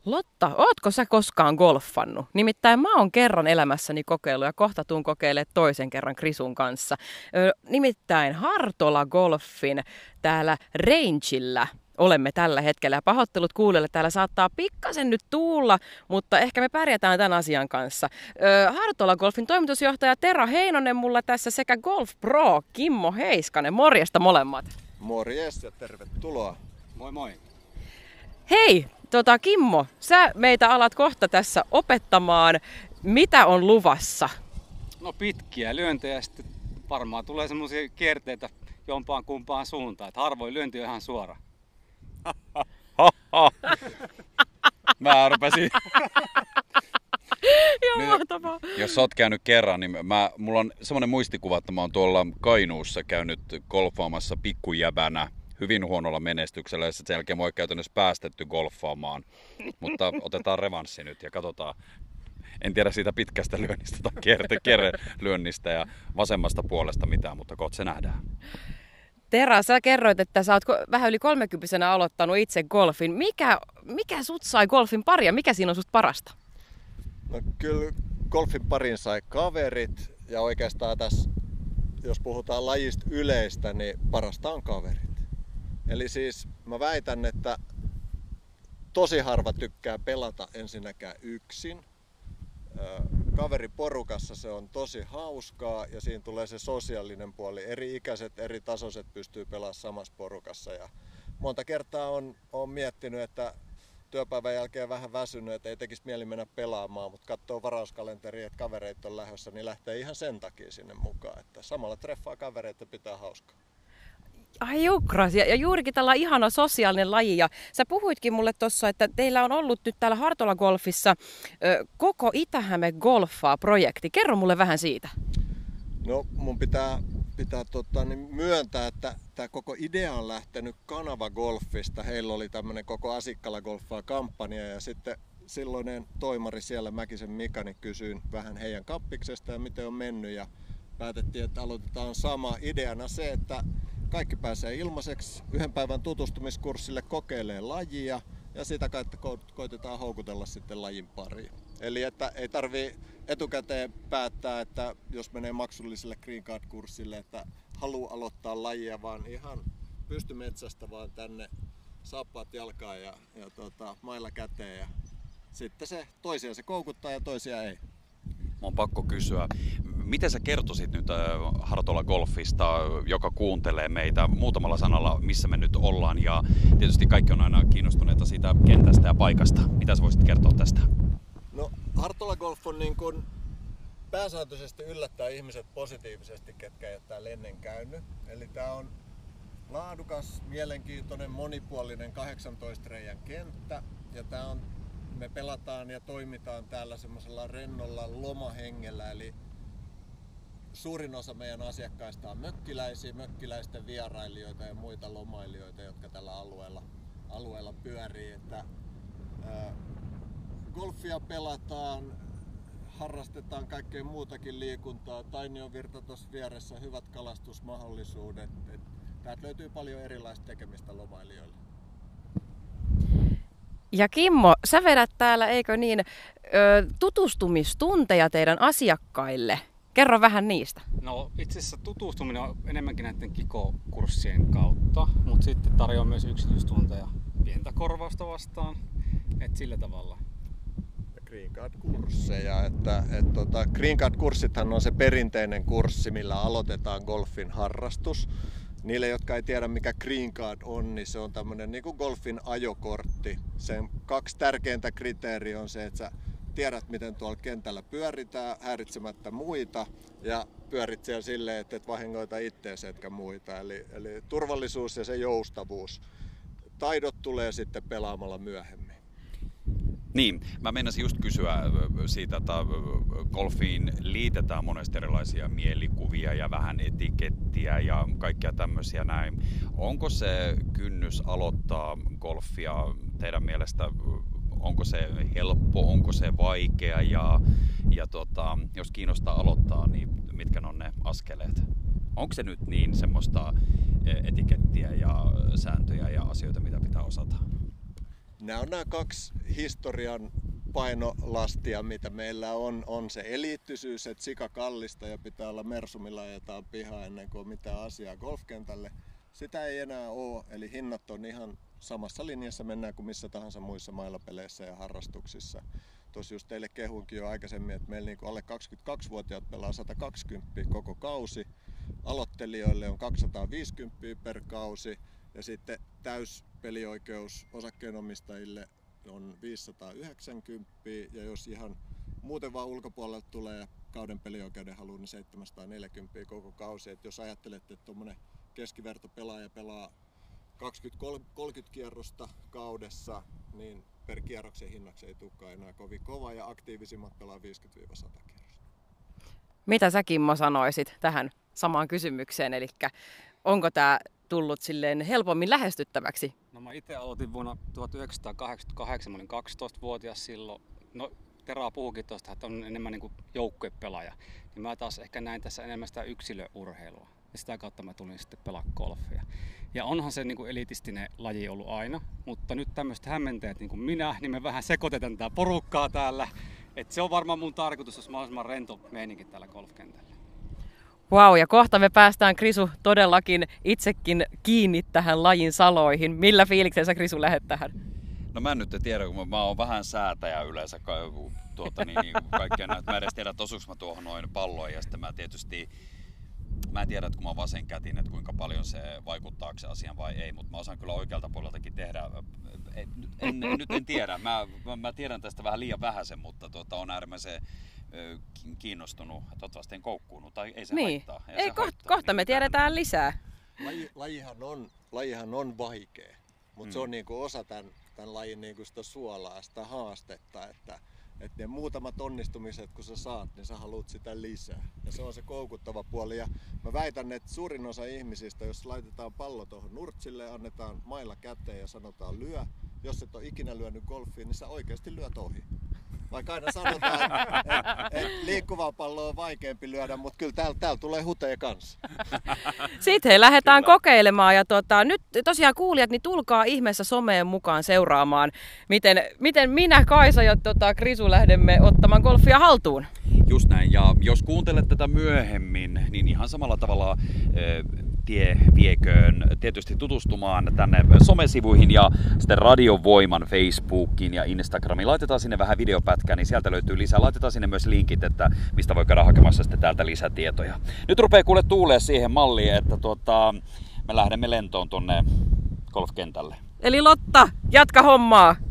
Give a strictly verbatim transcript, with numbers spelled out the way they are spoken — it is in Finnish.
Lotta, ootko sä koskaan golfannut? Nimittäin mä oon kerran elämässäni kokeillut ja kohta tuun kokeilemaan toisen kerran Krisun kanssa. Ö, nimittäin Hartola Golfin täällä rangeillä olemme tällä hetkellä. Pahoittelut kuulijoille, täällä saattaa pikkasen nyt tuulla, mutta ehkä me pärjätään tämän asian kanssa. Ö, Hartola Golfin toimitusjohtaja Tero Heinonen mulla tässä sekä Golf Pro Kimmo Heiskanen. Morjesta molemmat. Morjes ja tervetuloa. Moi moi. Hei, tota Kimmo, sä meitä alat kohta tässä opettamaan, mitä on luvassa. No pitkiä lyöntejä ja sitten varmaan tulee semmoisia kierteitä jompaan kumpaan suuntaan. Että harvoin lyönti on ihan suora. Mä rupesin. Joo, mahtavaa. Jos oot käynyt kerran, niin mä, mulla on semmoinen muistikuva, että mä oon tuolla Kainuussa käynyt golfaamassa pikkujäbänä hyvin huonolla menestyksellä ja sen jälkeen mä oon käytännössä päästetty golfaamaan. Mutta otetaan revanssi nyt ja katsotaan. En tiedä siitä pitkästä lyönnistä tai kierre, kierre lyönnistä ja vasemmasta puolesta mitään, mutta kohta se nähdään. Tera, sä kerroit, että sä oot vähän yli kolmekymppisenä aloittanut itse golfin. Mikä, mikä sut sai golfin paria? Mikä siinä on susta parasta? No kyllä golfin parin sai kaverit ja oikeastaan tässä, jos puhutaan lajista yleistä, niin parasta on kaverit. Eli siis mä väitän, että tosi harva tykkää pelata ensinnäkään yksin. Kaveriporukassa se on tosi hauskaa ja siinä tulee se sosiaalinen puoli. Eri ikäiset, eri tasoiset pystyy pelaamaan samassa porukassa. Ja monta kertaa on, on miettinyt, että työpäivän jälkeen vähän väsynyt, että ei tekisi mieli mennä pelaamaan, mutta katsoo varauskalenteria, että kavereita on lähdössä, niin lähtee ihan sen takia sinne mukaan. Että samalla treffaa kavereita pitää hauskaa. Ai jukras, ja, ja juurikin tällä ihana sosiaalinen laji. Ja sä puhuitkin mulle tuossa, että teillä on ollut nyt täällä Hartola Golfissa ö, koko Itä-Häme golfaa projekti. Kerro mulle vähän siitä. No mun pitää, pitää tota, niin myöntää, että tämä koko idea on lähtenyt Kanava Golfista. Heillä oli tämmöinen koko Asikkala golfaa kampanja ja sitten silloinen toimari siellä Mäkisen Mika, niin kysyin vähän heidän kappiksesta ja miten on mennyt. Ja päätettiin, että aloitetaan sama ideana se, että kaikki pääsee ilmaiseksi yhden päivän tutustumiskurssille kokeilemaan lajia ja sitä kautta ko- koitetaan houkutella sitten lajin pariin. Eli että ei tarvitse etukäteen päättää, että jos menee maksulliselle Green Card-kurssille, että haluaa aloittaa lajia, vaan ihan pystymetsästä vaan tänne saappaat jalkaan ja, ja tota, mailla käteen. Ja sitten se toisia se koukuttaa ja toisia ei. Mä on pakko kysyä, miten sä kertoisit nyt Hartola Golfista, joka kuuntelee meitä muutamalla sanalla, missä me nyt ollaan, ja tietysti kaikki on aina kiinnostuneita siitä kentästä ja paikasta. Mitä sä voisit kertoa tästä? No Hartola Golf on niin kuin pääsääntöisesti yllättää ihmiset positiivisesti, ketkä ei ole täällä ennen käynyt. Eli tää on laadukas, mielenkiintoinen, monipuolinen kahdeksantoista reiän kenttä ja tää on me pelataan ja toimitaan täällä semmoisella rennolla lomahengellä, eli suurin osa meidän asiakkaista on mökkiläisiä, mökkiläisten vierailijoita ja muita lomailijoita, jotka tällä alueella, alueella pyörii. Että, ää, golfia pelataan, harrastetaan kaikkea muutakin liikuntaa, Tainionvirta tuossa vieressä, hyvät kalastusmahdollisuudet. Et, täältä löytyy paljon erilaista tekemistä lomailijoille. Ja Kimmo, sä vedät täällä, eikö niin, ö, tutustumistunteja teidän asiakkaille. Kerro vähän niistä. No itse asiassa tutustuminen on enemmänkin näiden Kiko-kurssien kautta, mutta sitten tarjoaa myös yksityistunteja pientä korvausta vastaan, että sillä tavalla. Green Card-kursseja, että et, tota, Green Card-kurssithan on se perinteinen kurssi, millä aloitetaan golfin harrastus. Niille, jotka ei tiedä mikä Green Card on, niin se on tämmöinen niin kuin golfin ajokortti. Sen kaksi tärkeintä kriteeriä on se, että sä tiedät miten tuolla kentällä pyöritään häiritsemättä muita ja pyörit siellä silleen, että et vahingoita itteesi etkä muita. Eli, eli turvallisuus ja se joustavuus. Taidot tulee sitten pelaamalla myöhemmin. Niin, mä meinasin just kysyä siitä, että golfiin liitetään monesti erilaisia mielikuvia ja vähän etikettiä ja kaikkia tämmöisiä näin. Onko se kynnys aloittaa golfia teidän mielestä, onko se helppo, onko se vaikea ja, ja tota, jos kiinnostaa aloittaa, niin mitkä on ne askeleet? Onko se nyt niin semmoista etikettiä ja sääntöjä ja asioita, mitä pitää osata? nämä on nämä kaksi historian painolastia, mitä meillä on. On se eliittisyys, että sika kallista ja pitää olla Mersu, millä ajetaan pihaa ennen kuin on mitään asiaa golfkentälle. Sitä ei enää ole, eli hinnat on ihan samassa linjassa, mennään kuin missä tahansa muissa mailapeleissä ja harrastuksissa. Tuossa just teille kehunkin jo aikaisemmin, että meillä niinku alle kaksikymmentäkaksivuotiaat pelaa sata kaksikymmentä koko kausi. Aloittelijoille on kaksisataaviisikymmentä per kausi ja sitten täyspelioikeus osakkeenomistajille on viisisataayhdeksänkymmentä ja jos ihan muuten vaan ulkopuolelta tulee kauden pelioikeuden haluun, niin seitsemänsataaneljäkymmentä koko kausi. Et jos ajattelette, että tuommoinen keskivertopelaaja pelaa kaksikymmentä kolmekymmentä kierrosta kaudessa, niin per kierroksen hinnaksi ei tulekaan enää kovin kova ja aktiivisimmat pelaa viisikymmentä sata kierrosta. Mitä sä, Kimmo, sanoisit tähän samaan kysymykseen? Eli onko tämä tullut silleen helpommin lähestyttäväksi? No mä itse aloitin vuonna tuhatyhdeksänsataakahdeksankymmentäkahdeksan, mä olin kaksitoistavuotias silloin. No Tera puhukin tuosta, että on enemmän niin kuin joukkuepelaaja. Niin mä taas ehkä näin tässä enemmän sitä yksilöurheilua. Ja sitä kautta mä tulin sitten pelaa golfia. Ja onhan se niin kuin elitistinen laji ollut aina, mutta nyt tämmöiset hämmentäjät niin kuin minä, niin me vähän sekoitetaan tätä porukkaa täällä. Et se on varmaan mun tarkoitus, jos mahdollisimman rento meininki täällä golfkentällä. Vau, ja kohta me päästään, Krisu, todellakin itsekin kiinni tähän lajin saloihin. Millä fiiliksen sä, Krisu, lähdet tähän? No mä en nyt tiedä, kun mä oon vähän säätäjä yleensä tuota, niin, niin, kaikkea näitä. Mä edes tiedä, että osuuks mä tuohon noin palloon ja sitten mä tietysti mä en tiedä, että kun mä oon vasenkätinen, että kuinka paljon se vaikuttaa se asian vai ei, mutta mä osaan kyllä oikealta puoleltakin tehdä. En, en, nyt en tiedä, mä, mä tiedän tästä vähän liian vähäisen, mutta tuota, on äärimmäisen kiinnostunut, toivottavasti en koukkuunut, tai ei se niin. haittaa. Ei, ei se kohta, kohta me tiedetään lisää. Laji, lajihan, on, lajihan on vaikea, mutta mm. se on niinku osa tämän, tämän lajin niinku sitä suolaa, sitä haastetta, että että ne muutamat onnistumiset, kun sä saat, niin sä haluat sitä lisää. Ja se on se koukuttava puoli. Ja mä väitän, että suurin osa ihmisistä, jos laitetaan pallo tuohon nurtsille, annetaan mailla käteen ja sanotaan lyö. Jos et ole ikinä lyönyt golfiin, niin sä oikeasti lyöt ohi. Vaikka aina sanotaan, että et, et liikkuvaa palloa on vaikeampi lyödä, mutta kyllä täällä, täällä tulee huteja kanssa. Sitten hei, lähdetään kyllä kokeilemaan. Ja tota, nyt tosiaan kuulijat, niin tulkaa ihmeessä someen mukaan seuraamaan, miten, miten minä, Kaisa ja tota, Krisu lähdemme ottamaan golfia haltuun. Just näin, ja jos kuuntelet tätä myöhemmin, niin ihan samalla tavalla äh, tie vieköön tietysti tutustumaan tänne somesivuihin ja sitten Radiovoiman Facebookiin ja Instagramiin. Laitetaan sinne vähän videopätkää, niin sieltä löytyy lisää. Laitetaan sinne myös linkit, että mistä voi käydä hakemassa sitten täältä lisätietoja. Nyt rupeaa kuule tuulee siihen malliin, että tuota, me lähdemme lentoon tonne golfkentälle. Eli Lotta, jatka hommaa!